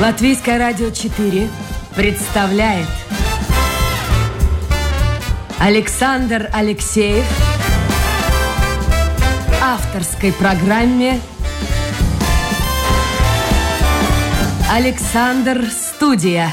Латвийское радио 4 представляет Александр Алексеев в авторской программе «Александр Студия».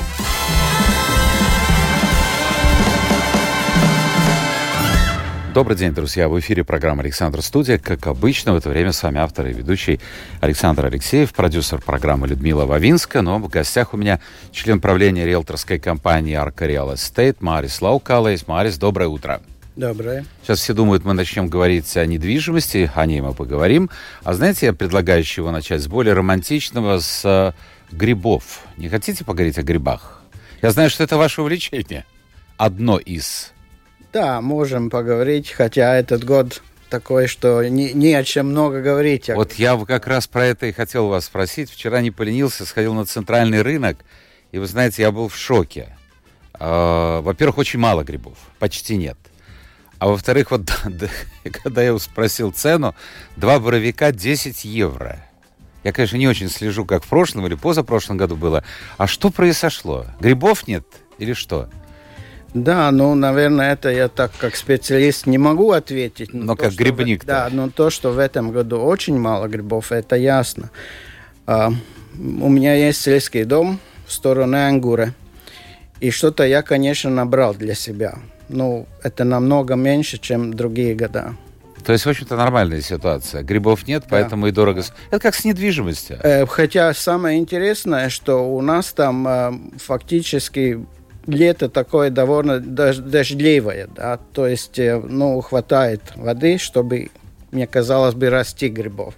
Добрый день, друзья. В эфире программа «Александр Студия». Как обычно, в это время с вами автор и ведущий Александр Алексеев, продюсер программы Людмила Вавинска. Но в гостях у меня член правления риэлторской компании «Арка Реал Эстейт» Марис Лаукалейс. Марис, доброе утро. Доброе. Сейчас все думают, мы начнем говорить о недвижимости, о ней мы поговорим. А знаете, я предлагаю с чего начать? С более романтичного, с грибов. Не хотите поговорить о грибах? Я знаю, что это ваше увлечение. Одно из... Да, можем поговорить, хотя этот год такой, что не о чем много говорить. Вот я как раз про это и хотел вас спросить. Вчера не поленился, сходил на центральный рынок, и вы знаете, я был в шоке. Во-первых, очень мало грибов, почти нет. А во-вторых, вот когда я спросил цену, 2 боровика 10 евро. Я, конечно, не очень слежу, как в прошлом или позапрошлом году было. А что произошло? Грибов нет или что? Да, ну, наверное, это я так, как специалист, не могу ответить. Но как грибник. Да, но то, что в этом году очень мало грибов, это ясно. У меня есть сельский дом в сторону Ангура. И что-то я, конечно, набрал для себя. Ну, это намного меньше, чем другие года. То есть, в общем-то, нормальная ситуация. Грибов нет, да, поэтому и дорого. Это как с недвижимостью. Хотя самое интересное, что у нас там фактически... Лето такое довольно дождливое, да, то есть, ну, хватает воды, чтобы, мне казалось бы, расти грибов.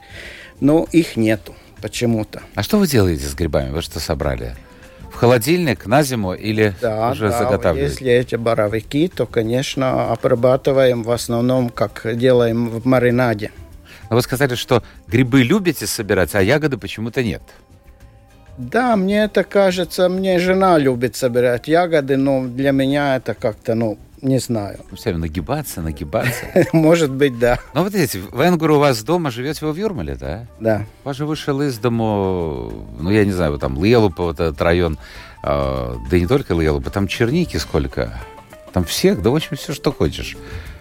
Но их нету почему-то. А что вы делаете с грибами? Вы что собрали? В холодильник на зиму или уже заготавливаете? Если эти боровики, то, конечно, обрабатываем в основном, как делаем в маринаде. Но вы сказали, что грибы любите собирать, а ягоды почему-то нет. Да, мне это кажется, мне жена любит собирать ягоды, но для меня это как-то, ну, не знаю. Все равно нагибаться. Может быть, да. Ну, вот видите, в Энгуру у вас дома, живете вы в Юрмале, да? Да. У вас же вышел из дому, ну, я не знаю, вот там Лиелупа, вот этот район, да и не только Лиелупа, там черники сколько, там всех, да, в общем, все, что хочешь.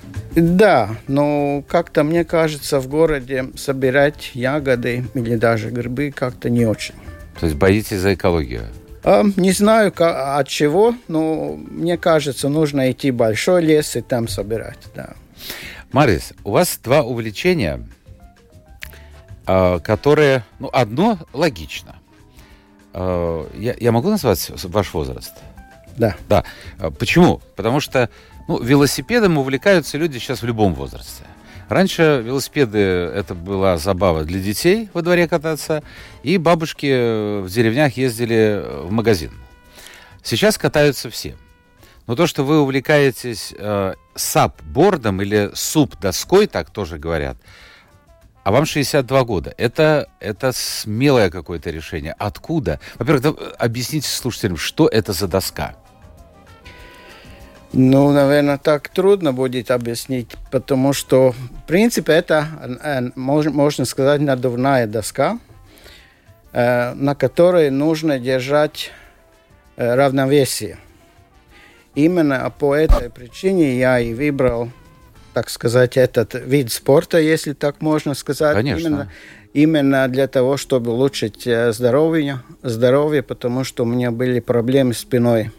Да, но как-то, мне кажется, в городе собирать ягоды или даже грибы как-то не очень. То есть боитесь за экологию? Не знаю от чего, но мне кажется, нужно идти в большой лес и там собирать, да. Марис, у вас 2 увлечения, которые, ну, одно логично. Я могу назвать ваш возраст? Да. Да. Почему? Потому что, ну, велосипедом увлекаются люди сейчас в любом возрасте. Раньше велосипеды – это была забава для детей во дворе кататься, и бабушки в деревнях ездили в магазин. Сейчас катаются все. Но то, что вы увлекаетесь сап-бордом или суп-доской, так тоже говорят, а вам 62 года, это смелое какое-то решение. Откуда? Во-первых, объясните слушателям, что это за доска? Ну, наверное, так трудно будет объяснить, потому что, в принципе, это, можно сказать, надувная доска, на которой нужно держать равновесие. Именно по этой причине я и выбрал, так сказать, этот вид спорта, если так можно сказать. Конечно. Именно для того, чтобы улучшить здоровье, потому что у меня были проблемы с спиной.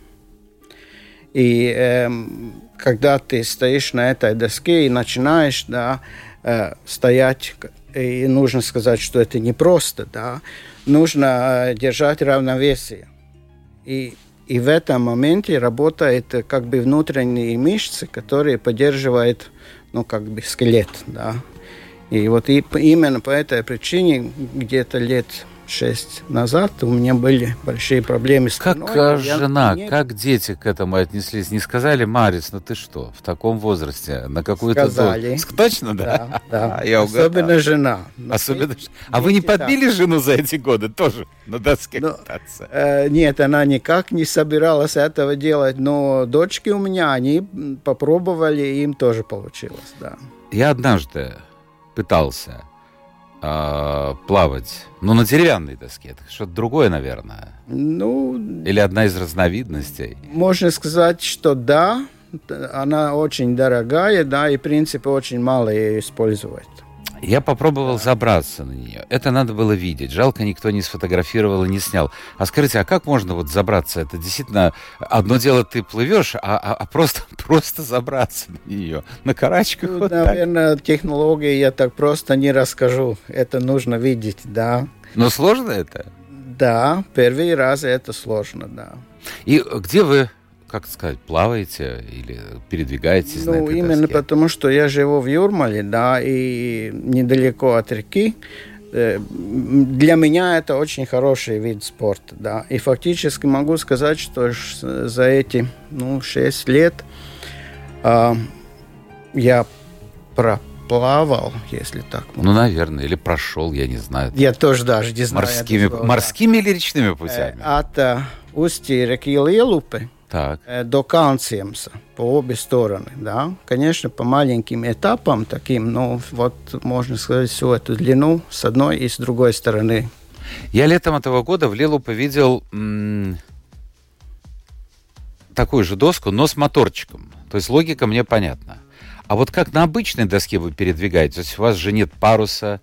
И когда ты стоишь на этой доске и начинаешь, да, стоять, и нужно сказать, что это непросто, да, нужно держать равновесие. И в этом моменте работают как бы внутренние мышцы, которые поддерживают, ну, как бы скелет, да. И вот именно по этой причине где-то лет 6 назад у меня были большие проблемы с спиной. Как жена, как дети к этому отнеслись? Не сказали: Марис, ну ты что, в таком возрасте на какую-то... Сказали. Точно, да? Да. Я особенно жена. А вы не подбили жену за эти годы тоже на доске кататься? Нет, она никак не собиралась этого делать, но дочки у меня, они попробовали, и им тоже получилось, да. Я однажды пытался плавать? Ну, на деревянной доске. Это что-то другое, наверное. Ну, Или одна из разновидностей? можно сказать, что да, она очень дорогая, да, и, в принципе, очень мало ее используют. Я попробовал забраться на нее. Это надо было видеть. Жалко, никто не сфотографировал и не снял. А скажите, а как можно вот забраться? Это действительно одно дело, ты плывешь, а просто забраться на нее на карачках. Ну, вот наверное, технологии я так просто не расскажу. Это нужно видеть, да. Но сложно это? Да, первый раз это сложно, да. И где вы, как сказать, плаваете или передвигаетесь на Ну, этой именно доске? потому, что я живу в Юрмале, да, и недалеко от реки. Для меня это очень хороший вид спорта, да. И фактически могу сказать, что за эти, 6 лет я проплавал, если так можно. Ну, наверное, или прошел, я не знаю. Я тоже даже не знаю. Морскими или речными путями? От устья реки Lielupē Так. до Калнцемса, по обе стороны, да. Конечно, по маленьким этапам таким, но вот, можно сказать, всю эту длину с одной и с другой стороны. Я летом этого года в Lielupē видел такую же доску, но с моторчиком. То есть логика мне понятна. А вот как на обычной доске вы передвигаетесь? То есть у вас же нет паруса?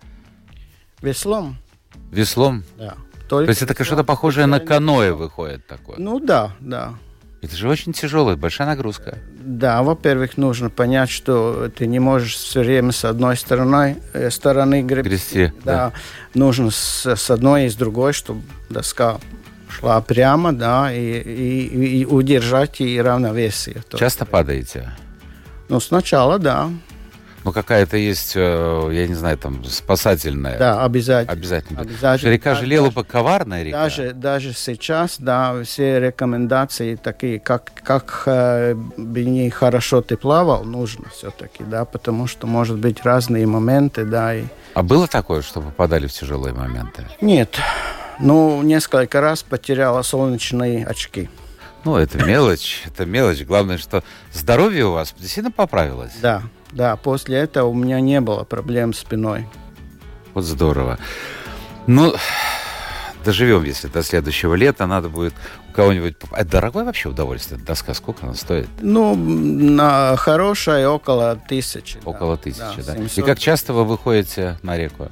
Веслом, Веслом? да. То есть это что-то похожее на каноэ выходит такое? Ну да, да. Это же очень тяжелая, большая нагрузка. Да, во-первых, нужно понять, что ты не можешь все время с одной стороны Грести, да. Нужно с одной и с другой, чтобы доска шла прямо, да, и удержать и равновесие. Часто падаете? Ну, сначала, да. Ну, какая-то есть, я не знаю, там, спасательная. Да, обязательно. Обязательно. Потому что река же Lielupē коварная река. Даже сейчас, да, все рекомендации такие, как бы не хорошо ты плавал, нужно все-таки, да, потому что, может быть, разные моменты, да. А было такое, что попадали в тяжелые моменты? Нет. Ну, несколько раз потеряла солнечные очки. Ну, это мелочь, это мелочь. Главное, что здоровье у вас действительно поправилось. Да, после этого у меня не было проблем с спиной. Вот здорово. Ну, доживем, если до следующего лета. Надо будет у кого-нибудь... Это дорогое вообще удовольствие, эта доска? Сколько она стоит? Ну, на хорошая около 1000. Около 1000, да? 700. И как часто вы выходите на реку?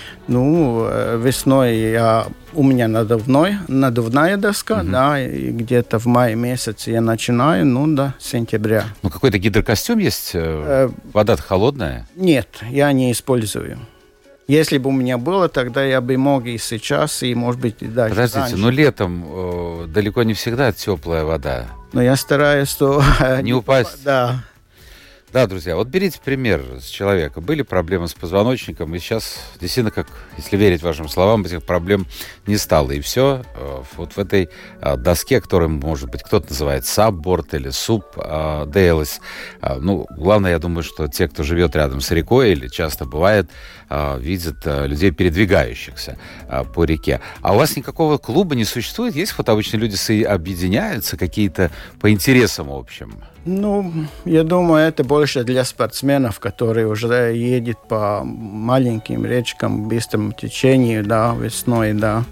Ну, весной у меня надувная доска, да, и где-то в мае месяце я начинаю, до сентября. Ну, какой-то гидрокостюм есть? Вода-то холодная? Нет, я не использую. Если бы у меня было, тогда я бы мог и сейчас, и, может быть, и даже Подождите, раньше. но летом далеко не всегда теплая вода. Но я стараюсь, что... Не упасть? Да. Да, друзья, вот берите пример с человека. Были проблемы с позвоночником, и сейчас, действительно, как, если верить вашим словам, этих проблем не стало. И все вот в этой доске, которую, может быть, кто-то называет сабборд или суб-дейлес. Ну, главное, я думаю, что те, кто живет рядом с рекой или часто бывает, видят людей, передвигающихся по реке. А у вас никакого клуба не существует? Есть вот обычно люди объединяются какие-то по интересам общим? Ну, я думаю, это больше для спортсменов, которые уже едут по маленьким речкам, быстрому течению, да, весной, да.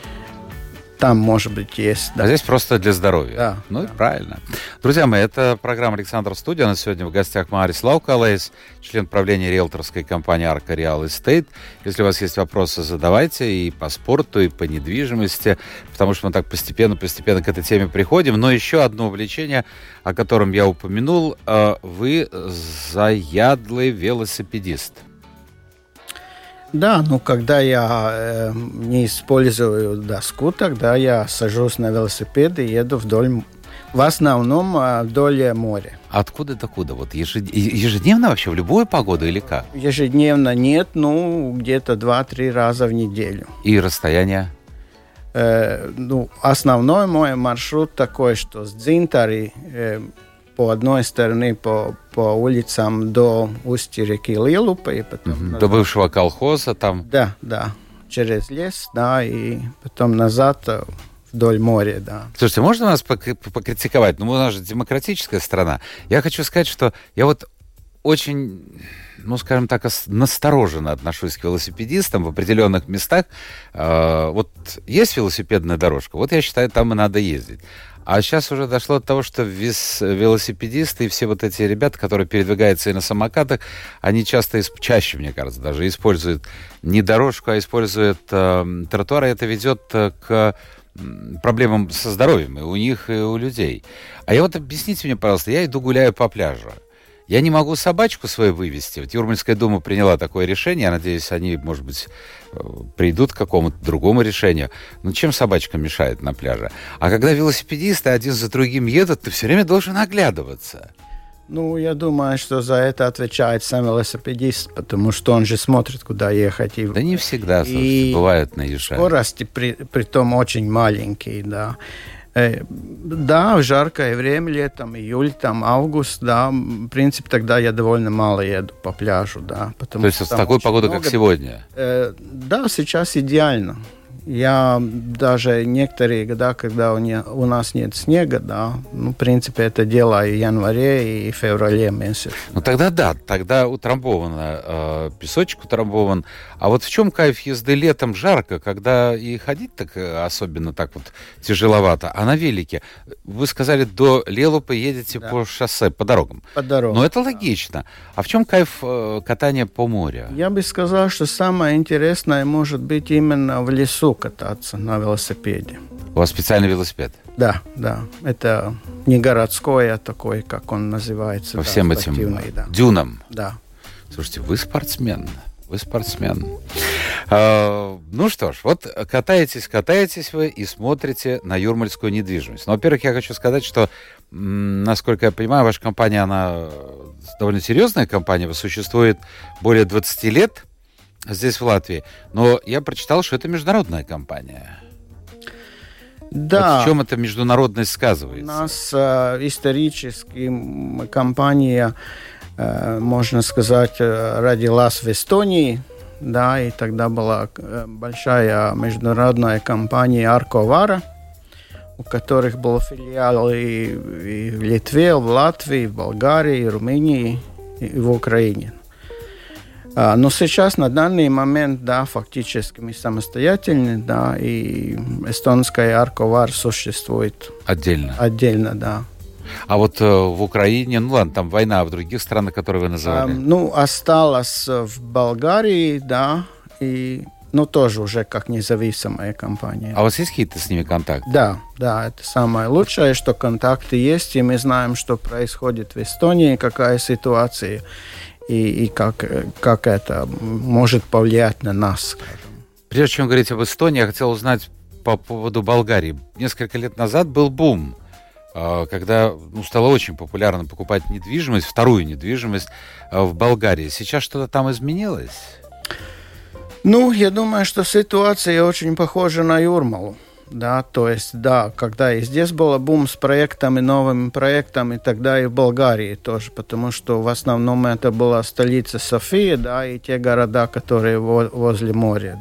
Там, может быть, есть. Да. А здесь просто для здоровья. Да. Ну и правильно. Друзья мои, это программа «Александр Студия». У нас сегодня в гостях Маарис Лаукалейс, член правления риэлторской компании «Арка Реал Эстейт». Если у вас есть вопросы, задавайте и по спорту, и по недвижимости, потому что мы так постепенно к этой теме приходим. Но еще одно увлечение, о котором я упомянул. Вы заядлый велосипедист. Да, когда я не использую доску, тогда я сажусь на велосипед и еду в основном вдоль моря. Откуда до куда? Вот ежедневно вообще, в любую погоду или как? Ежедневно нет, где-то 2-3 раза в неделю. И расстояние? Основной мой маршрут такой, что с Дзинтари по одной стороне по улицам до устья реки Lielupē. До бывшего колхоза там? Да, через лес, да, и потом назад вдоль моря, да. Слушайте, можно нас покритиковать? Ну, у нас же демократическая страна. Я хочу сказать, что я вот очень, ну, скажем так, настороженно отношусь к велосипедистам в определенных местах. Вот есть велосипедная дорожка, вот я считаю, там и надо ездить. А сейчас уже дошло до того, что велосипедисты и все вот эти ребята, которые передвигаются и на самокатах, они чаще, мне кажется, даже используют не дорожку, а используют тротуар, и это ведет к проблемам со здоровьем и у них, и у людей. А я вот, объясните мне, пожалуйста, я иду гуляю по пляжу. Я не могу собачку свою вывести. Вот Юрмальская дума приняла такое решение. Я надеюсь, они, может быть, придут к какому-то другому решению. Но чем собачка мешает на пляже? А когда велосипедисты один за другим едут, ты все время должен оглядываться. Ну, я думаю, что за это отвечает сам велосипедист, потому что он же смотрит, куда ехать. Да не всегда, слушайте, бывают наезжают. Скорости притом очень маленькие, да. Да, в жаркое время, летом, июль, там, август, да, в принципе, тогда я довольно мало еду по пляжу, да. То есть с такой погодой, как сегодня? Да, сейчас идеально. Я даже некоторые года, когда у нас нет снега, да, ну, в принципе, это делаю и в январе, и в феврале месяце. Ну, тогда да, тогда утрамбовано, песочек утрамбован. А вот в чем кайф езды летом жарко, когда и ходить так особенно так вот тяжеловато, а на велике? Вы сказали, до Лелупы едете по шоссе, по дорогам. По дорогам. Но это логично. А в чем кайф катания по морю? Я бы сказал, что самое интересное может быть именно в лесу кататься на велосипеде. У вас специальный велосипед? Да, да. Это не городской, а такой, как он называется. По всем этим дюнам? Да. Слушайте, вы спортсмен. Вы спортсмен. Ну что ж, вот катаетесь вы и смотрите на юрмальскую недвижимость. Но, во-первых, я хочу сказать, что, насколько я понимаю, ваша компания, она довольно серьезная компания, существует более 20 лет здесь, в Латвии. Но я прочитал, что это международная компания. Да. Вот в чем эта международность сказывается? У нас исторически компания, можно сказать, родилась в Эстонии, да, и тогда была большая международная компания Арковара, у которых был филиал и в Литве, в Латвии, в Болгарии, в Румынии и в Украине. Но сейчас, на данный момент, да, фактически мы самостоятельны, да, и эстонская Арковар существует отдельно, да. А вот в Украине, ну ладно, там война, а в других странах, которые вы называли? Ну, осталась в Болгарии, да, и, ну, тоже уже как независимая компания. А у вас есть какие-то с ними контакты? Да, это самое лучшее, что контакты есть, и мы знаем, что происходит в Эстонии, какая ситуация, и как это может повлиять на нас. Прежде чем говорить об Эстонии, я хотел узнать по поводу Болгарии. Несколько лет назад был бум, когда стало очень популярно покупать недвижимость, вторую недвижимость в Болгарии. Сейчас что-то там изменилось? Ну, я думаю, что ситуация очень похожа на Юрмалу. Да, то есть, да, когда и здесь был бум с проектами, новыми проектами, тогда и в Болгарии тоже, потому что в основном это была столица София, да, и те города, которые возле моря.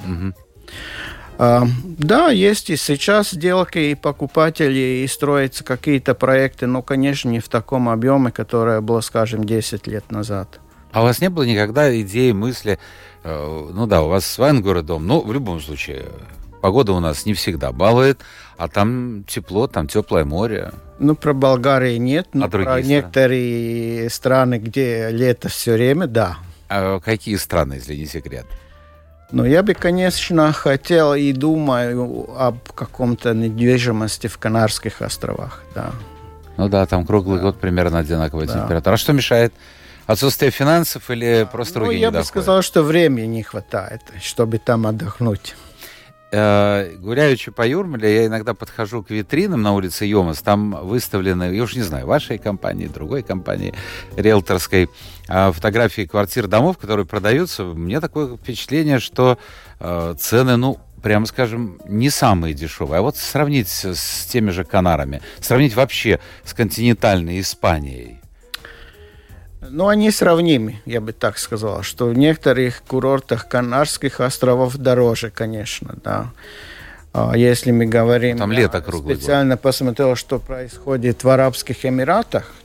Да. Угу. Да, есть и сейчас сделки, и покупатели, и строятся какие-то проекты, но, конечно, не в таком объеме, которое было, скажем, 10 лет назад. А у вас не было никогда идеи, мысли, ну да, у вас свой городом, но в любом случае... Погода у нас не всегда балует, а там тепло, там теплое море. Ну, про Болгарию нет, но про страны? некоторые страны, где лето все время, да. А какие страны, если не секрет? Ну, я бы, конечно, хотел и думаю об каком-то недвижимости в Канарских островах, да. Ну да, там круглый год примерно одинаковая температура. А что мешает? Отсутствие финансов или просто руки не доходят? Я бы сказал, что времени не хватает, чтобы там отдохнуть. Гуляючи по Юрмале, я иногда подхожу к витринам на улице Йомас, там выставлены, я уж не знаю, вашей компании, другой компании, риэлторской, фотографии квартир, домов, которые продаются. Мне такое впечатление, что цены, ну, прямо скажем, не самые дешевые. А вот сравнить с теми же Канарами, сравнить вообще с континентальной Испанией. Ну, они сравнимы, я бы так сказал, что в некоторых курортах Канарских островов дороже, конечно, да. Если мы говорим... Там лето круглый специально год. Посмотрел, что происходит в Арабских Эмиратах,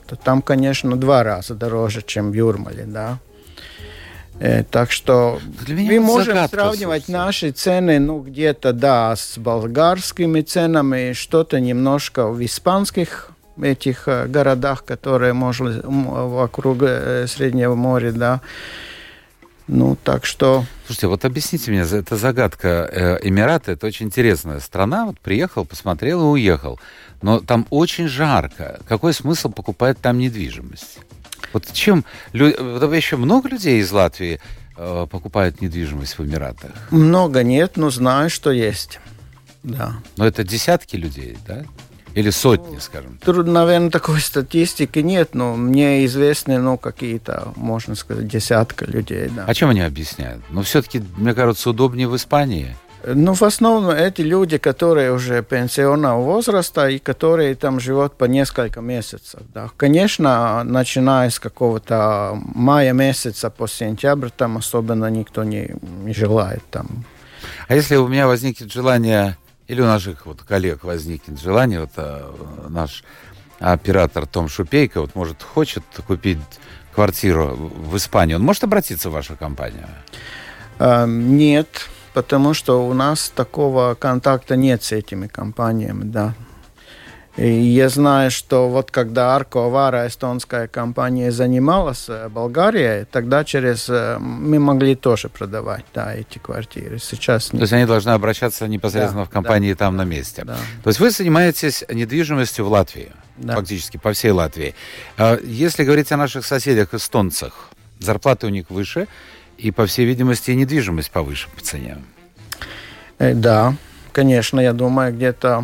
то там, конечно, 2 раза дороже, чем в Юрмале, да. Так что мы можем сравнивать наши цены, где-то, да, с болгарскими ценами, что-то немножко в испанских этих городах, которые, может, вокруг Среднего моря, да. Так что... Слушайте, вот объясните мне, это загадка. Эмираты — это очень интересная страна. Вот приехал, посмотрел и уехал. Но там очень жарко. Какой смысл покупать там недвижимость? Вот чем... Еще много людей из Латвии покупают недвижимость в Эмиратах? Много нет, но знаю, что есть. Да. Но это десятки людей, да? Или сотни, скажем? Трудно, наверное, такой статистики нет, но мне известны, какие-то, можно сказать, десятка людей, да. А чем они объясняют? Все-таки, мне кажется, удобнее в Испании. В основном эти люди, которые уже пенсионного возраста и которые там живут по несколько месяцев. Да. Конечно, начиная с какого-то мая месяца по сентябрь, там особенно никто не желает там. А если у меня возникнет желание, или у наших коллег возникнет желание, наш оператор Том Шупейко, хочет купить квартиру в Испании, он может обратиться в вашу компанию? Нет. Потому что у нас такого контакта нет с этими компаниями, да. И я знаю, что когда Арко Авара, эстонская компания, занималась Болгарией, тогда мы могли тоже продавать, да, эти квартиры. Сейчас нет. То есть они должны обращаться непосредственно в компании там на месте. Да. То есть вы занимаетесь недвижимостью в Латвии, фактически по всей Латвии. Если говорить о наших соседях, эстонцах, зарплаты у них выше, и, по всей видимости, и недвижимость повыше по цене. Да, конечно, я думаю, где-то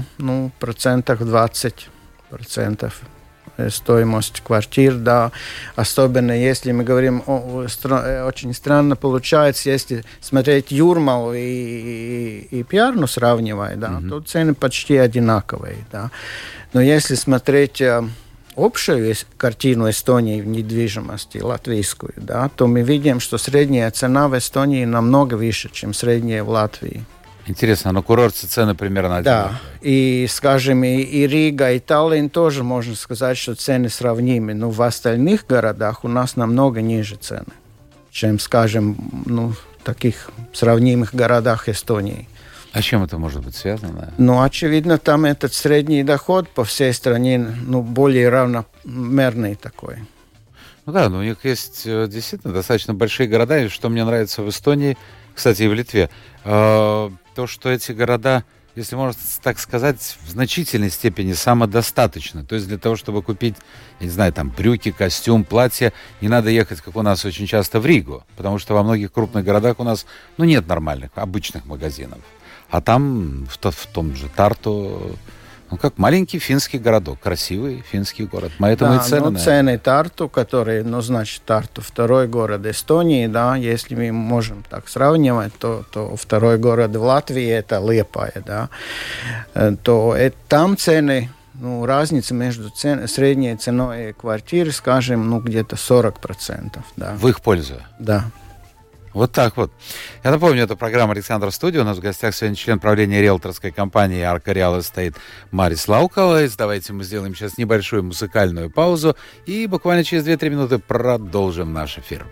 20% стоимость квартир, да. Особенно если мы говорим, очень странно получается, если смотреть Юрмалу и Пярну сравнивая, да, то цены почти одинаковые, да. Но если смотреть общую картину Эстонии в недвижимости, латвийскую, да, то мы видим, что средняя цена в Эстонии намного выше, чем средняя в Латвии. Интересно, на курорте цены примерно одинаковые. Да, и, скажем, и Рига, и Таллин тоже можно сказать, что цены сравнимы, но в остальных городах у нас намного ниже цены, чем, скажем, в таких сравнимых городах Эстонии. А с чем это может быть связано? Очевидно, там этот средний доход по всей стране, более равномерный такой. У них есть действительно достаточно большие города, и что мне нравится в Эстонии, кстати, и в Литве, то, что эти города, если можно так сказать, в значительной степени самодостаточны. То есть для того, чтобы купить, я не знаю, там брюки, костюм, платье, не надо ехать, как у нас очень часто, в Ригу, потому что во многих крупных городах у нас, нет нормальных, обычных магазинов. А там, в том же Тарту, как маленький финский городок, красивый финский город. Поэтому и цены. Цены Тарту, которые, значит, Тарту второй город Эстонии, да, если мы можем так сравнивать, то второй город в Латвии это Liepāja, да, то там цены, разница между средней ценой квартиры, скажем, где-то 40%, да. В их пользу? Да. Вот так вот. Я напомню, это программа «Александр Студио». У нас в гостях сегодня член правления риэлторской компании «Арко Реал Эстейт» Марис Лаукалайс. Давайте мы сделаем сейчас небольшую музыкальную паузу и буквально через 2-3 минуты продолжим наш эфир.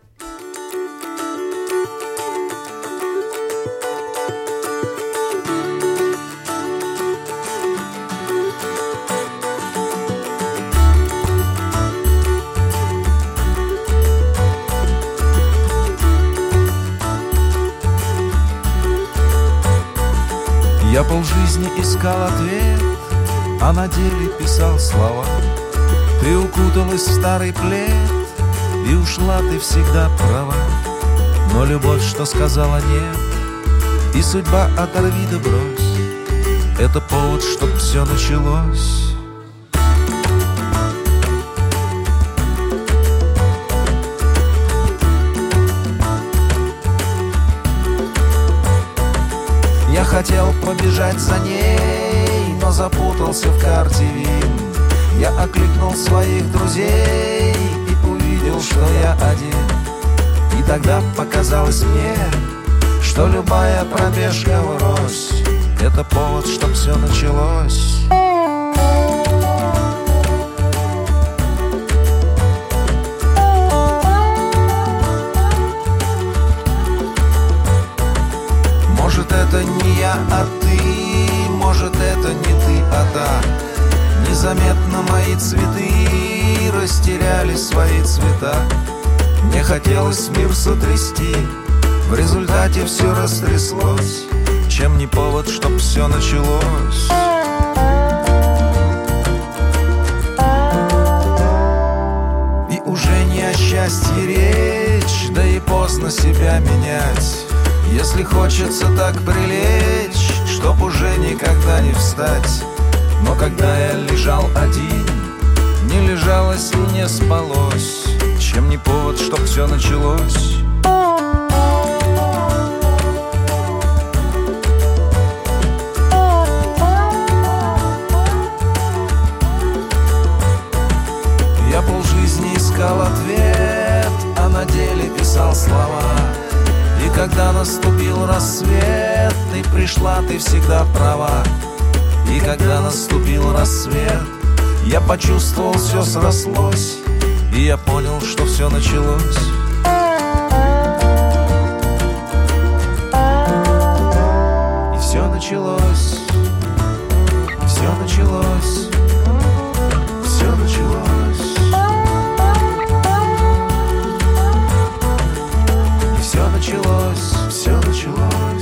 Я полжизни искал ответ, а на деле писал слова. Ты укуталась в старый плед, и ушла ты всегда права. Но любовь, что сказала нет, и судьба оторви да брось, это повод, чтоб все началось. Я хотел побежать за ней, но запутался в карте вин. Я окликнул своих друзей и увидел, что я один. И тогда показалось мне, что любая пробежка врозь — это повод, чтоб все началось. я, а ты, может, это не ты, а та. Незаметно мои цветы растеряли свои цвета. Мне хотелось мир сотрясти, в результате все растряслось. Чем не повод, чтоб все началось? И уже не о счастье речь, да и поздно себя менять. Если хочется так прилечь, чтоб уже никогда не встать. Но когда я лежал один, не лежалось и не спалось. Чем не повод, чтоб все началось? Я полжизни искал ответ, а на деле писал слова. И когда наступил рассвет, и пришла ты всегда права. И когда наступил рассвет, я почувствовал, все срослось. И я понял, что все началось. И все началось. Все началось. Все началось. И все началось. Все началось.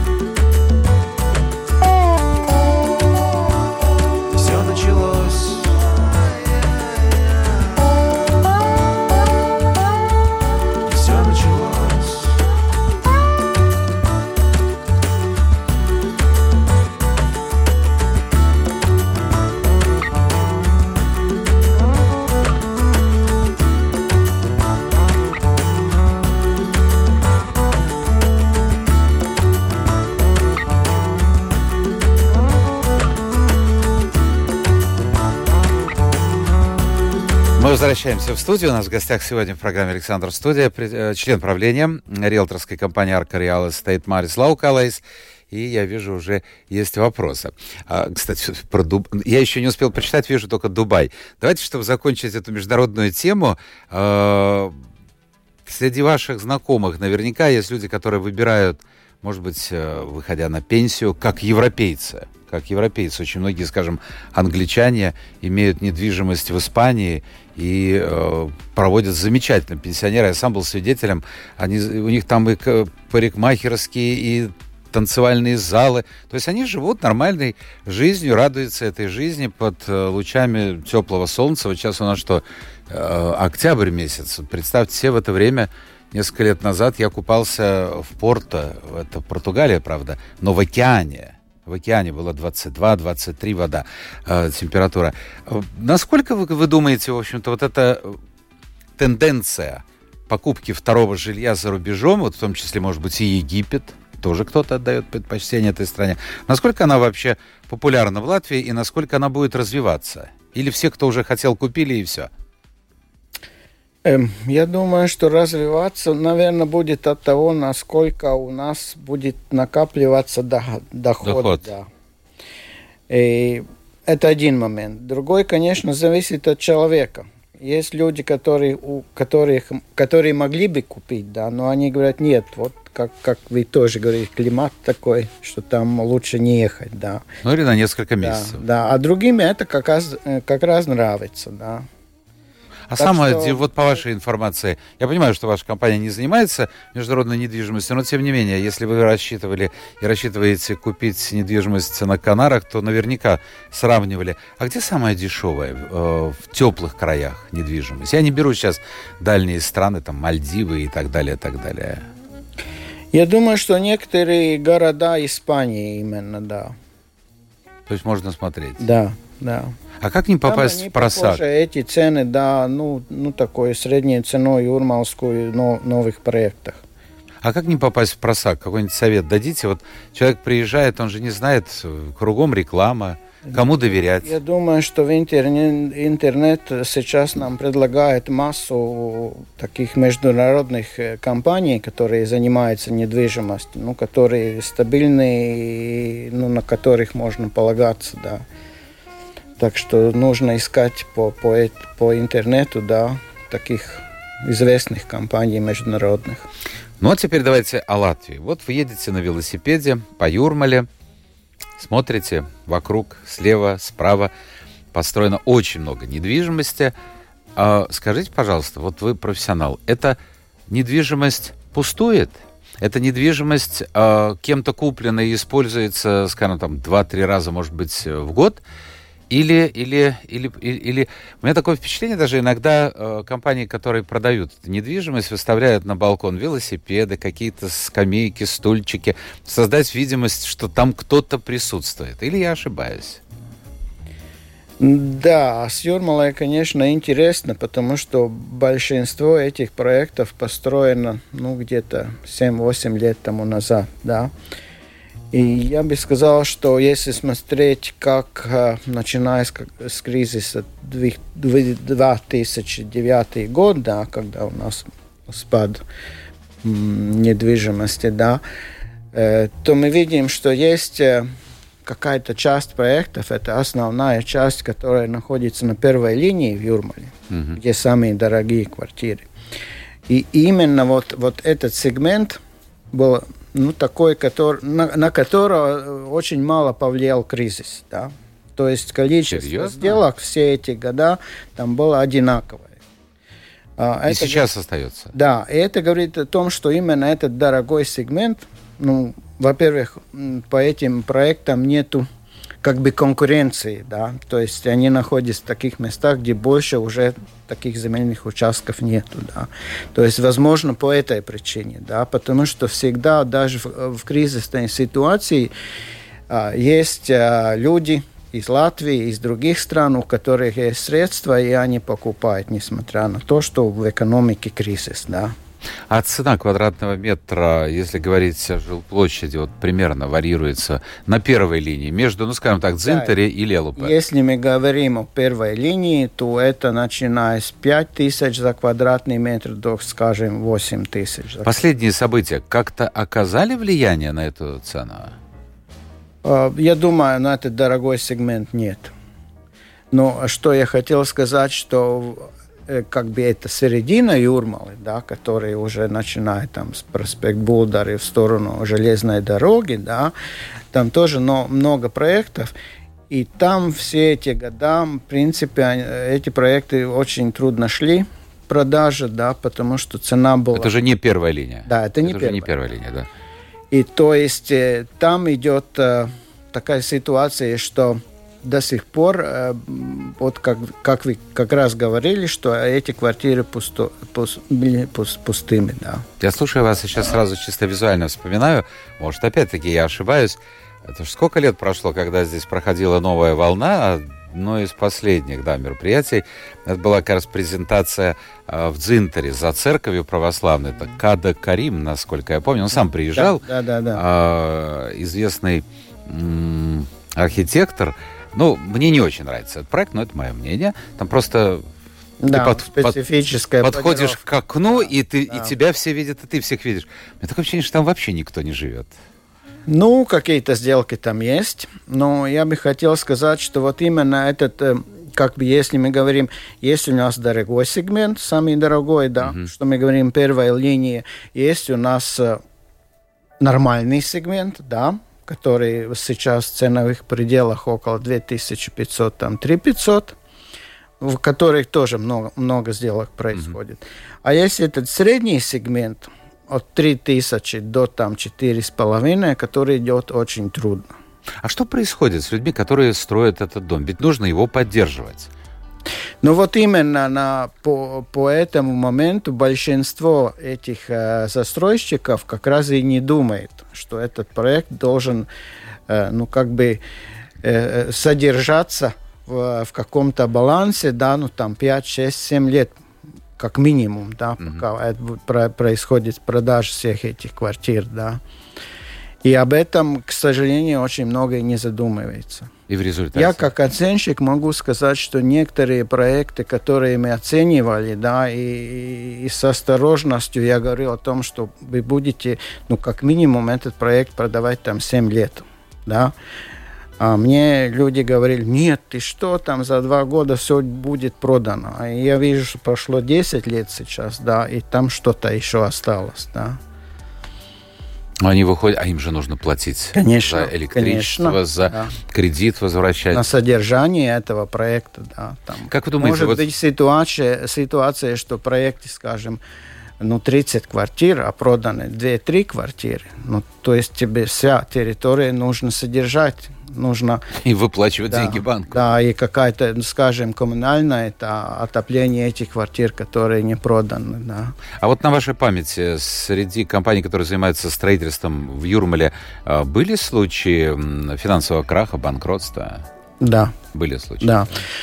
Все началось. Мы возвращаемся в студию. У нас в гостях сегодня в программе «Александр Студия» член правления риэлторской компании «Арка Реал Эстейт» Марис Лаукалейс. И я вижу, уже есть вопросы. Кстати, я еще не успел прочитать, вижу только Дубай. Давайте, чтобы закончить эту международную тему, среди ваших знакомых наверняка есть люди, которые выбирают, может быть, выходя на пенсию, как европейцы. Очень многие, скажем, англичане имеют недвижимость в Испании и проводят замечательно. Пенсионеры, я сам был свидетелем, у них там и парикмахерские, и танцевальные залы. То есть они живут нормальной жизнью, радуются этой жизни под лучами теплого солнца. Вот сейчас у нас что, октябрь месяц. Представьте себе, в это время, несколько лет назад, я купался в Порто, это Португалия, правда, но в океане. В океане было 22-23 вода, температура. Насколько вы думаете, в общем-то, вот эта тенденция покупки второго жилья за рубежом, вот в том числе, может быть, и Египет, тоже кто-то отдает предпочтение этой стране, насколько она вообще популярна в Латвии и насколько она будет развиваться? Или все, кто уже хотел, купили и все? Я думаю, что развиваться, наверное, будет от того, насколько у нас будет накапливаться доход. Да. И это один момент. Другой, конечно, зависит от человека. Есть люди, которые могли бы купить, да, но они говорят, нет, вот как вы тоже говорите, климат такой, что там лучше не ехать, да. Ну или на несколько месяцев. Да, а другим это как раз нравится, да. А самое, вот по вашей информации, я понимаю, что ваша компания не занимается международной недвижимостью, но тем не менее, если вы рассчитывали и рассчитываете купить недвижимость на Канарах, то наверняка сравнивали. А где самая дешевая в теплых краях недвижимость? Я не беру сейчас дальние страны, там Мальдивы и так далее, так далее. Я думаю, что некоторые города Испании именно, да. То есть можно смотреть? Да. А как не попасть в просак? Эти цены, да, такой средней ценой Юрмалскую новых проектах. А как не попасть в просак? Какой-нибудь совет дадите? Вот человек приезжает, он же не знает, кругом реклама, кому доверять? Я думаю, что интернет сейчас нам предлагает массу таких международных компаний, которые занимаются недвижимостью, которые стабильные, на которых можно полагаться, да. Так что нужно искать по интернету, да, таких известных компаний международных. Ну, а теперь давайте о Латвии. Вот вы едете на велосипеде по Юрмале, смотрите вокруг, слева, справа. Построено очень много недвижимости. Скажите, пожалуйста, вот вы профессионал, эта недвижимость пустует? Эта недвижимость кем-то куплена и используется, скажем, там 2-3 раза, может быть, в год? Или у меня такое впечатление, даже иногда компании, которые продают эту недвижимость, выставляют на балкон велосипеды, какие-то скамейки, стульчики, создать видимость, что там кто-то присутствует. Или я ошибаюсь? Да, с Юрмалой, конечно, интересно, потому что большинство этих проектов построено, где-то 7-8 лет тому назад, да. И я бы сказал, что если смотреть, как начиная с кризиса 2009 год, да, когда у нас спад недвижимости, да, то мы видим, что есть какая-то часть проектов, это основная часть, которая находится на первой линии в Юрмале, где самые дорогие квартиры. И именно вот этот сегмент был такой, на которого очень мало повлиял кризис. Да? То есть количество сделок все эти года там было одинаковое. И сейчас остается. Да, и это говорит о том, что именно этот дорогой сегмент, во-первых, по этим проектам нету конкуренции, да, то есть они находятся в таких местах, где больше уже таких земельных участков нету, да. То есть, возможно, по этой причине, да, потому что всегда, даже в кризисной ситуации, есть люди из Латвии, из других стран, у которых есть средства, и они покупают, несмотря на то, что в экономике кризис, да. А цена квадратного метра, если говорить о жилплощади, вот примерно варьируется на первой линии между, скажем так, Дзинтаре и Лелупе? Если мы говорим о первой линии, то это начиная с 5 тысяч за квадратный метр до, скажем, 8 тысяч. Последние события как-то оказали влияние на эту цену? Я думаю, на этот дорогой сегмент нет. Но что я хотел сказать, что это середина Юрмалы, да, который уже начинает там с проспект Булдари в сторону железной дороги, да, там тоже много проектов, и там все эти года, в принципе, эти проекты очень трудно шли, продажи, да, потому что цена была... Это же не первая линия. Да, это не первая линия, да. И то есть там идет такая ситуация, что до сих пор, вот как вы как раз говорили, что эти квартиры были пустыми, да. Я слушаю вас сейчас сразу чисто визуально вспоминаю, может, опять-таки я ошибаюсь, это же сколько лет прошло, когда здесь проходила новая волна, одно из последних, да, мероприятий, это была как раз презентация в Дзинтаре за церковью православной, это Када Карим, насколько я помню, он сам приезжал, да. Известный архитектор. Мне не очень нравится этот проект, но это мое мнение. Там просто специфическая подходишь к окну, и тебя все видят, и ты всех видишь. У меня такое ощущение, что там вообще никто не живет. Какие-то сделки там есть, но я бы хотел сказать, что вот именно этот, если мы говорим, есть у нас дорогой сегмент, самый дорогой, да, что мы говорим, первая линия, есть у нас нормальный сегмент, да, который сейчас в ценовых пределах около 2500-3500, в которых тоже много сделок происходит. А если этот средний сегмент от 3000 до 4,5, который идет очень трудно. А что происходит с людьми, которые строят этот дом? Ведь нужно его поддерживать. Вот именно по этому моменту большинство этих застройщиков как раз и не думает, что этот проект должен содержаться в каком-то балансе, да, 5, 6, 7 лет как минимум, да, пока происходит продажа всех этих квартир, да. И об этом, к сожалению, очень много не задумывается. И в результате? Я как оценщик могу сказать, что некоторые проекты, которые мы оценивали, да, и с осторожностью я говорил о том, что вы будете, как минимум этот проект продавать 7 лет, да. А мне люди говорили, нет, ты что, там за 2 года все будет продано. А я вижу, что прошло 10 лет сейчас, да, и там что-то еще осталось, да. Они выходят, а им же нужно платить конечно, за электричество, за кредит возвращать. На содержание этого проекта, да. Там как вы думаете, может быть ситуация, что в проекте, скажем, 30 квартир, а проданы 2-3 квартиры. То есть тебе вся территория нужно содержать. Нужно и выплачивать деньги банку. Да, и какая-то, скажем, коммунальная, это отопление этих квартир, которые не проданы. Да. А вот на вашей памяти, среди компаний, которые занимаются строительством в Юрмале, были случаи финансового краха, банкротства? Да. Были случаи? Да.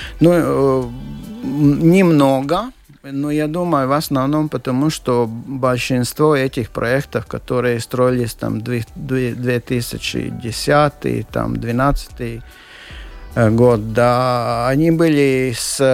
Немного. Но я думаю, в основном потому, что большинство этих проектов, которые строились там 2010, там 2012 год, да, они были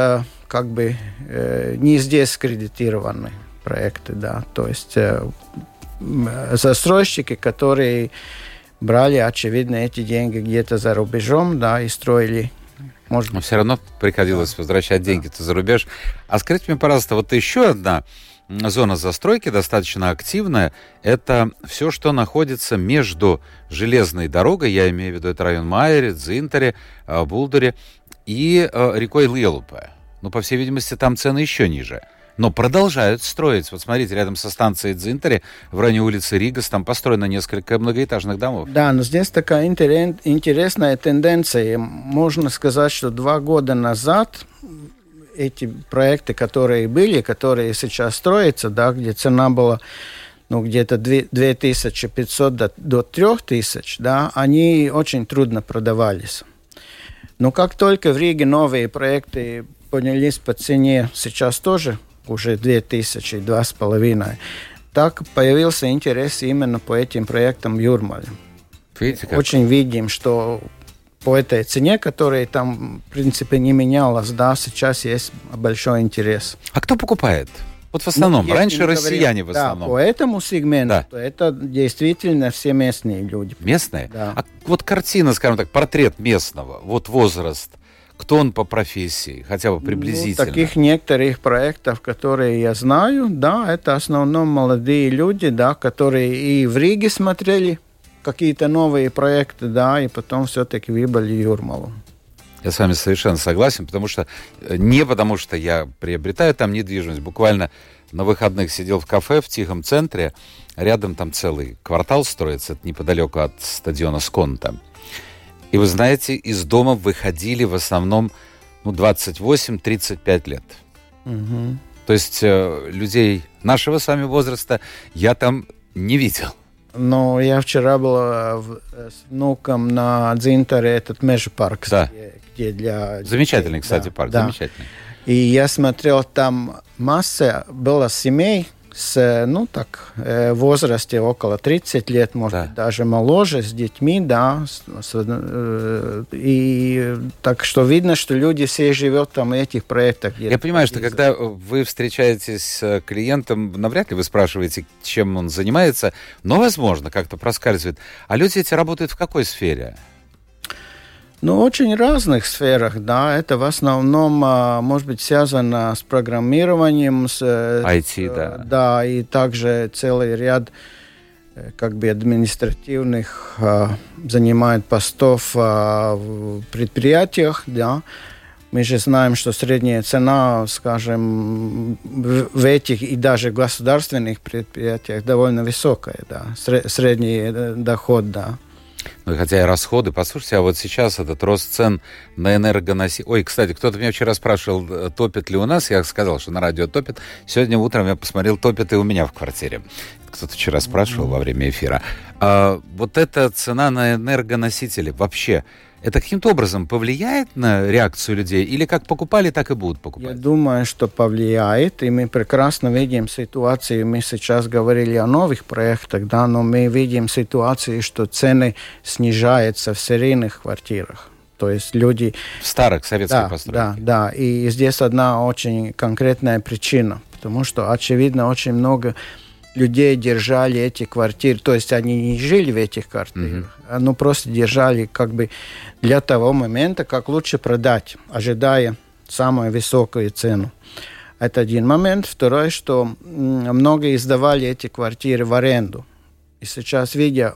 не здесь скредитированы проекты, да, то есть застройщики, которые брали, очевидно, эти деньги где-то за рубежом, да, и строили. Но все равно приходилось возвращать деньги-то за рубеж. А скажите мне, пожалуйста, вот еще одна зона застройки достаточно активная. Это все, что находится между железной дорогой, я имею в виду это район Майере, Дзинтаре, Булдуре, и рекой Лиелупе. По всей видимости, там цены еще ниже. Но продолжают строить. Вот смотрите, рядом со станцией Дзинтаре, в районе улицы Ригас, там построено несколько многоэтажных домов. Да, но здесь такая интересная тенденция. Можно сказать, что 2 года назад эти проекты, которые сейчас строятся, да, где цена была где-то 2500 до 3000, да, они очень трудно продавались. Но как только в Риге новые проекты поднялись по цене, сейчас тоже уже 2000, 2,5. Так появился интерес именно по этим проектам в Юрмале. Видите, как? Очень видим, что по этой цене, которая там, в принципе, не менялась, да, сейчас есть большой интерес. А кто покупает? Вот в основном, раньше россияне в основном. Да, по этому сегменту это действительно все местные люди. Местные? Да. А вот картина, скажем так, портрет местного, вот возраст, кто он по профессии, хотя бы приблизительно? Таких некоторых проектов, которые я знаю, да, это в основном молодые люди, да, которые и в Риге смотрели какие-то новые проекты, да, и потом все-таки выбрали Юрмалу. Я с вами совершенно согласен, потому что я приобретаю там недвижимость. Буквально на выходных сидел в кафе в тихом центре, рядом там целый квартал строится, это неподалеку от стадиона Сконта. И вы знаете, из дома выходили в основном 28-35 лет. Угу. То есть людей нашего с вами возраста я там не видел. Но я вчера был с внуком на Дзинтаре, этот межпарк. Да. Где для замечательный, детей. кстати, да, парк, да. замечательный. И я смотрел, там масса была семей с, возрасте около 30 лет, может быть, даже моложе, с детьми, да. И так что видно, что люди все живут там в этих проектах. Я понимаю, что когда вы встречаетесь с клиентом, навряд ли вы спрашиваете, чем он занимается, но, возможно, как-то проскальзывает. А люди эти работают в какой сфере? Очень разных сферах, да. Это в основном, может быть, связано с программированием, с IT, да. Да, и также целый ряд административных занимает постов в предприятиях, да. Мы же знаем, что средняя цена, скажем, в этих и даже государственных предприятиях довольно высокая, да. Средний доход, да. Хотя и расходы. Послушайте, а вот сейчас этот рост цен на энергоносители... Ой, кстати, кто-то меня вчера спрашивал, топит ли у нас. Я сказал, что на радио топит. Сегодня утром я посмотрел, топит и у меня в квартире. Кто-то вчера спрашивал во время эфира. Вот эта цена на энергоносители вообще... Это каким-то образом повлияет на реакцию людей? Или как покупали, так и будут покупать? Я думаю, что повлияет. И мы прекрасно видим ситуацию. Мы сейчас говорили о новых проектах, да, но мы видим ситуацию, что цены снижаются в серийных квартирах. То есть люди... В старых советских постройках. Да. И здесь одна очень конкретная причина. Потому что, очевидно, очень много... людей держали эти квартиры, то есть они не жили в этих квартирах, но просто держали для того момента, как лучше продать, ожидая самую высокую цену. Это один момент. Второй, что многие сдавали эти квартиры в аренду. И сейчас, видя,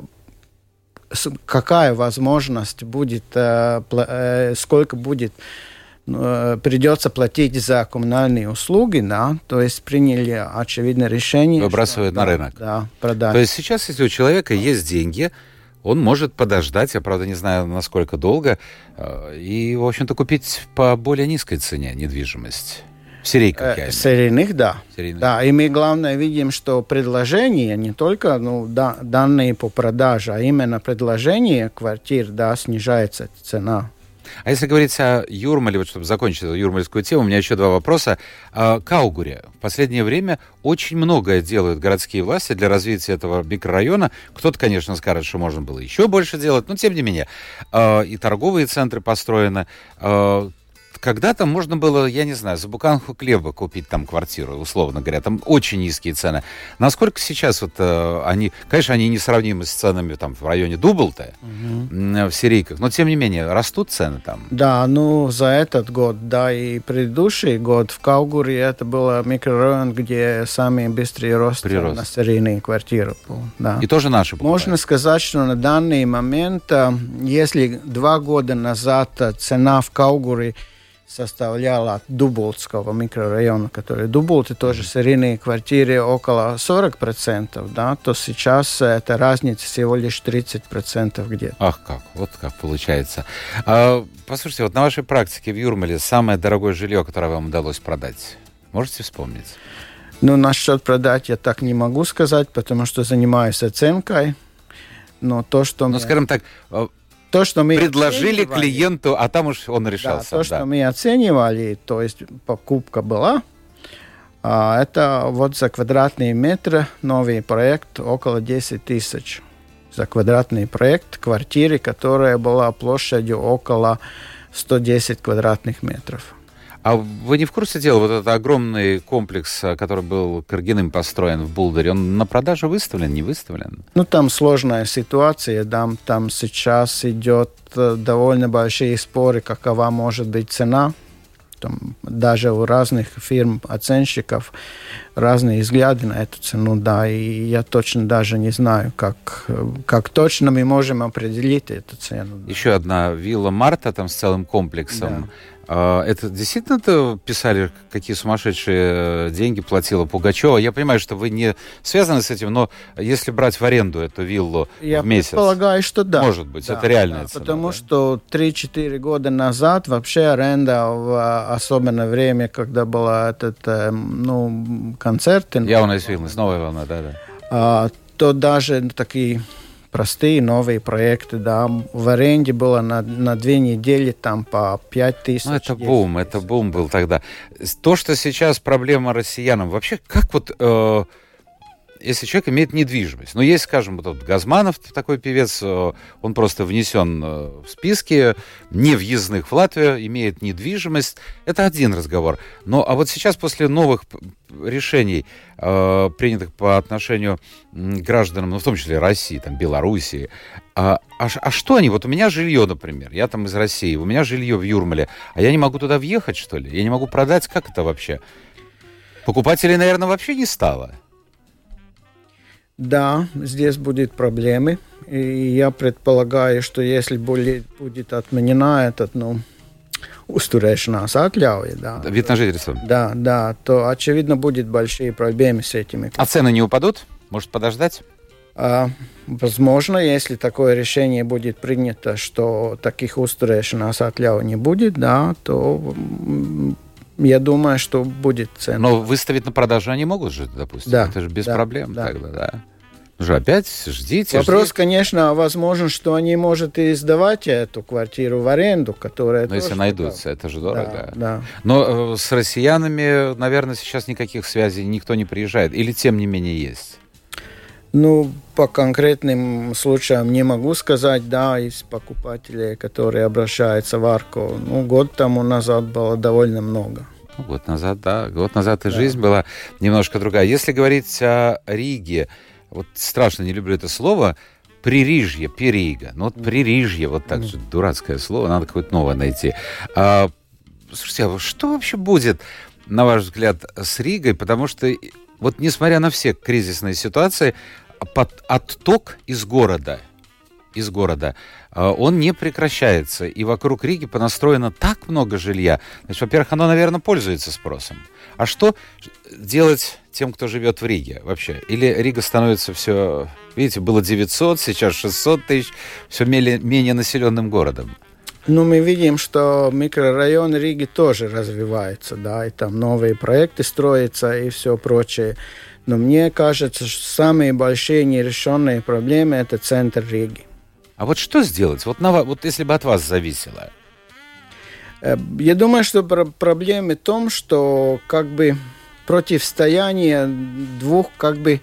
какая возможность будет, сколько будет, придется платить за коммунальные услуги, да, то есть приняли очевидное решение. Выбрасывают на рынок. Да, продать. То есть сейчас, если у человека есть деньги, он может подождать, я, правда, не знаю, насколько долго, и, в общем-то, купить по более низкой цене недвижимость. В серийках, я серийных, да. Серийных. Да, и мы, главное, видим, что предложение, не только данные по продаже, а именно предложение квартир, да, снижается цена. А если говорить о Юрмале, вот чтобы закончить эту юрмальскую тему, у меня еще два вопроса. Каугуре. В последнее время очень многое делают городские власти для развития этого микрорайона. Кто-то, конечно, скажет, что можно было еще больше делать, но тем не менее. И торговые центры построены. Когда-то можно было, я не знаю, за буханку хлеба купить там квартиру, условно говоря. Там очень низкие цены. Насколько сейчас вот они... Конечно, они несравнимы с ценами там в районе Дублта, в серийках, но тем не менее растут цены там. Да, ну за этот год, да, и предыдущий год в Каугуре это был микрорайон, где самый быстрый рост на серийные квартиры был. Да. И тоже наши покупают. Можно сказать, что на данный момент, если 2 года назад цена в Каугуре составляла от Дублтского микрорайона, который Дублт, и тоже серийные квартиры около 40%, да, то сейчас эта разница всего лишь 30% где-то. Ах как, вот как получается. Послушайте, вот на вашей практике в Юрмале самое дорогое жилье, которое вам удалось продать, можете вспомнить? Ну, насчет продать я так не могу сказать, потому что занимаюсь оценкой, но то, что... Ну, скажем так... То, что мы предложили клиенту, а там уж он решался. Да, то, что мы оценивали, то есть покупка была, это вот за квадратный метр новый проект около 10 тысяч. За квадратный проект квартиры, которая была площадью около 110 квадратных метров. А вы не в курсе дела, вот этот огромный комплекс, который был Каргиным построен в Булдере, он на продажу выставлен, не выставлен? Ну, там сложная ситуация, там сейчас идет довольно большие споры, какова может быть цена. Там даже у разных фирм-оценщиков разные взгляды на эту цену, да, и я точно даже не знаю, как точно мы можем определить эту цену. Да. Еще одна вилла Марта там с целым комплексом. Да. Это действительно писали, какие сумасшедшие деньги платила Пугачева? Я понимаю, что вы не связаны с этим, но если брать в аренду эту виллу в месяц... Я предполагаю, что да. Может быть, да, это реальная цена. Потому что 3-4 года назад вообще аренда, в особенное время, когда была этот, концерт... Jaunais Vilnis, новая волна, да. То даже такие... простые новые проекты, да, в аренде было на 2 недели там по 5 тысяч. Ну, это бум был тогда. То, что сейчас проблема россиянам, вообще, как вот, если человек имеет недвижимость, есть, скажем, вот Газманов, такой певец, он просто внесен в списки невъездных в Латвию, имеет недвижимость, это один разговор. А вот сейчас после новых решений, принятых по отношению к гражданам, в том числе России, там, Белоруссии, а что они? Вот у меня жилье, например, я там из России, у меня жилье в Юрмале, а я не могу туда въехать, что ли? Я не могу продать? Как это вообще? Покупателей, наверное, вообще не стало. Да, здесь будут проблемы. И я предполагаю, что если будет отменена этот, uzturēšanās atļauja, да. Вид на жительство. Да, то, очевидно, будут большие проблемы с этими. А цены не упадут? Может подождать? Возможно, если такое решение будет принято, что таких uzturēšanās atļauju не будет, да, то... Я думаю, что будет цена. Но выставить на продажу они могут же, допустим. Да, это же без проблем тогда, да. Уже опять ждите. Вопрос, конечно, возможно, что они могут и сдавать эту квартиру в аренду, которая... Но если найдутся, это же дорого. Да. Но с россиянами, наверное, сейчас никаких связей никто не приезжает. Или тем не менее есть? По конкретным случаям не могу сказать, да, из покупателей, которые обращаются в Арко. Год тому назад было довольно много. Год назад, да. Год назад и жизнь была немножко другая. Если говорить о Риге, вот страшно не люблю это слово, Пририжье, Перига. Пририжье, вот так же дурацкое слово, надо какое-то новое найти. Слушайте, а что вообще будет, на ваш взгляд, с Ригой? Потому что, вот несмотря на все кризисные ситуации, отток из города, он не прекращается. И вокруг Риги понастроено так много жилья. Значит, во-первых, оно, наверное, пользуется спросом. А что делать тем, кто живет в Риге вообще? Или Рига становится все... Видите, было 900, сейчас 600 тысяч, все менее населенным городом. Ну, мы видим, что микрорайон Риги тоже развивается, да, и там новые проекты строятся и все прочее. Но мне кажется, что самые большие нерешенные проблемы – это центр Риги. А вот что сделать? Вот если бы от вас зависело? Я думаю, что проблема в том, что как бы противостояние двух как бы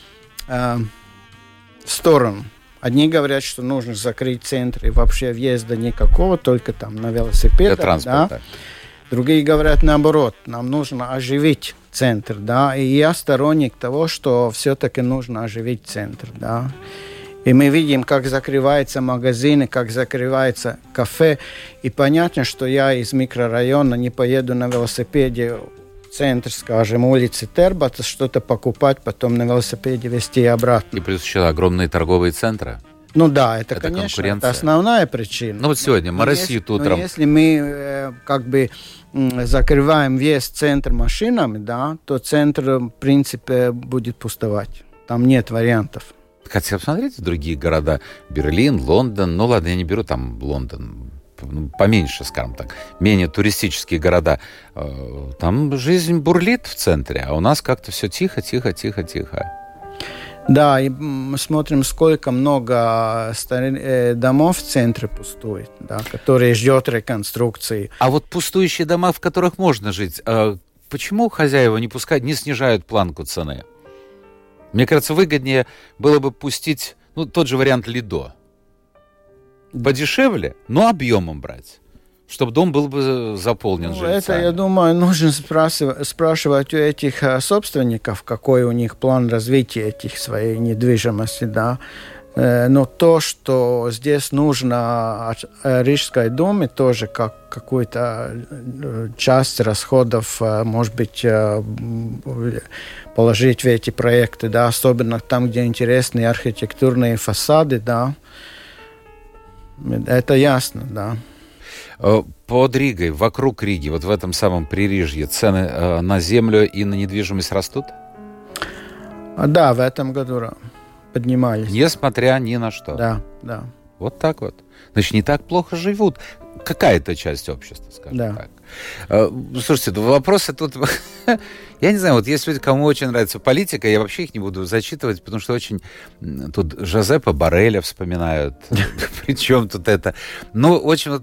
сторон. Одни говорят, что нужно закрыть центр и вообще въезда никакого, только там на велосипедах. Для транспорта. Да. Другие говорят наоборот, нам нужно оживить центр, да. И я сторонник того, что все-таки нужно оживить центр, да. И мы видим, как закрываются магазины, как закрывается кафе. И понятно, что я из микрорайона не поеду на велосипеде в центр, скажем, улицы Тербата, что-то покупать, потом на велосипеде везти обратно. И плюс еще огромные торговые центры. Ну да, это конечно, это основная причина. Ну вот сегодня моросит утром. Но если мы как бы закрываем весь центр машинами, да, то центр, в принципе, будет пустовать. Там нет вариантов. Хотя посмотрите другие города. Берлин, Лондон. Ну ладно, я не беру там Лондон. Поменьше, скажем так. Менее туристические города. Там жизнь бурлит в центре. А у нас как-то все тихо. Да, и мы смотрим, сколько много домов в центре пустует, да, которые ждет реконструкции. А вот пустующие дома, в которых можно жить, почему хозяева не снижают планку цены? Мне кажется, выгоднее было бы пустить, тот же вариант Лидо. Подешевле, но объемом брать. Чтобы дом был бы заполнен жильцами. Это, я думаю, нужно спрашивать у этих собственников, какой у них план развития этих своей недвижимости, да. Но то, что здесь нужно Рижской думе тоже как какую-то часть расходов, может быть, положить в эти проекты, да, особенно там, где интересные архитектурные фасады, да. Это ясно, да. Под Ригой, вокруг Риги, вот в этом самом Пририжье, цены на землю и на недвижимость растут? Да, в этом году поднимались. Несмотря ни на что? Да. Вот так вот. Значит, не так плохо живут. Какая-то часть общества, скажем так. Слушайте, вопросы тут... Я не знаю, вот есть люди, кому очень нравится политика, я вообще их не буду зачитывать, потому что очень... Тут Жозепа Борреля вспоминают. Причем тут это... очень...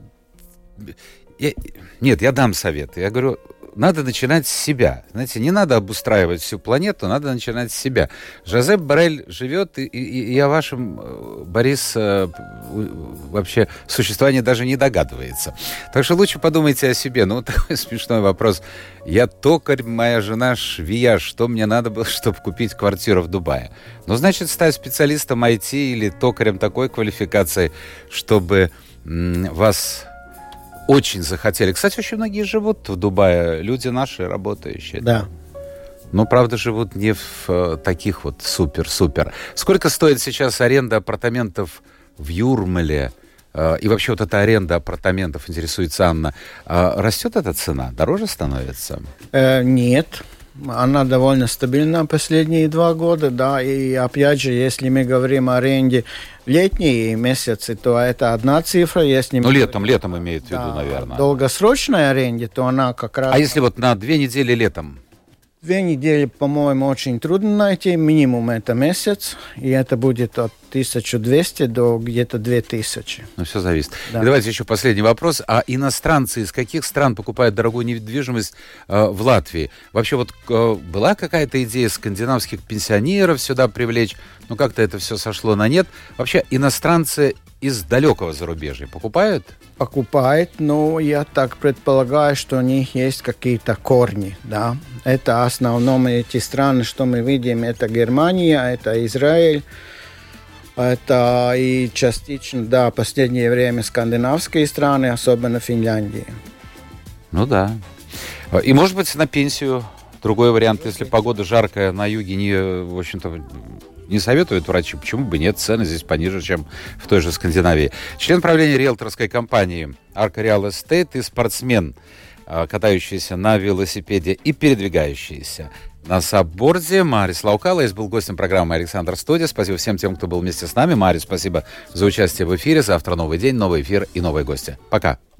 Я дам совет. Я говорю, надо начинать с себя. Знаете, не надо обустраивать всю планету, надо начинать с себя. Жозеп Боррель живет, и о вашем, Борис, вообще существовании даже не догадывается. Так что лучше подумайте о себе. Такой смешной вопрос. Я токарь, моя жена швея. Что мне надо было, чтобы купить квартиру в Дубае? Значит, стать специалистом IT или токарем такой квалификации, чтобы вас... Очень захотели. Кстати, очень многие живут в Дубае. Люди наши, работающие. Да. Но, правда, живут не в таких вот супер-супер. Сколько стоит сейчас аренда апартаментов в Юрмале? И вообще вот эта аренда апартаментов, интересуется Анна. Растет эта цена? Дороже становится? Нет. Она довольно стабильна последние 2 года, да, и опять же, если мы говорим о аренде в летние месяцы, то это одна цифра, если мы летом имеет в виду, наверное. Долгосрочной аренде, то она как раз... А если вот на 2 недели летом? 2 недели, по-моему, очень трудно найти, минимум это месяц, и это будет от 1200 до где-то 2000. Все зависит. Да. И давайте еще последний вопрос. А иностранцы из каких стран покупают дорогую недвижимость в Латвии? Вообще вот была какая-то идея скандинавских пенсионеров сюда привлечь? Как-то это все сошло на нет. Вообще иностранцы из далекого зарубежья покупают? Покупают, но я так предполагаю, что у них есть какие-то корни, да. Это в основном эти страны, что мы видим, это Германия, это Израиль, это и частично, да, в последнее время скандинавские страны, особенно Финляндия. Да. И, может быть, на пенсию другой вариант, если погода жаркая на юге, в общем-то, не советуют врачи. Почему бы нет? Цены здесь пониже, чем в той же Скандинавии. Член правления риэлторской компании Arca Real Estate и спортсмен, катающийся на велосипеде и передвигающийся на сабборде, Марис Лаукалайс был гостем программы «Александр Студия». Спасибо всем тем, кто был вместе с нами. Марис, спасибо за участие в эфире. Завтра новый день, новый эфир и новые гости. Пока.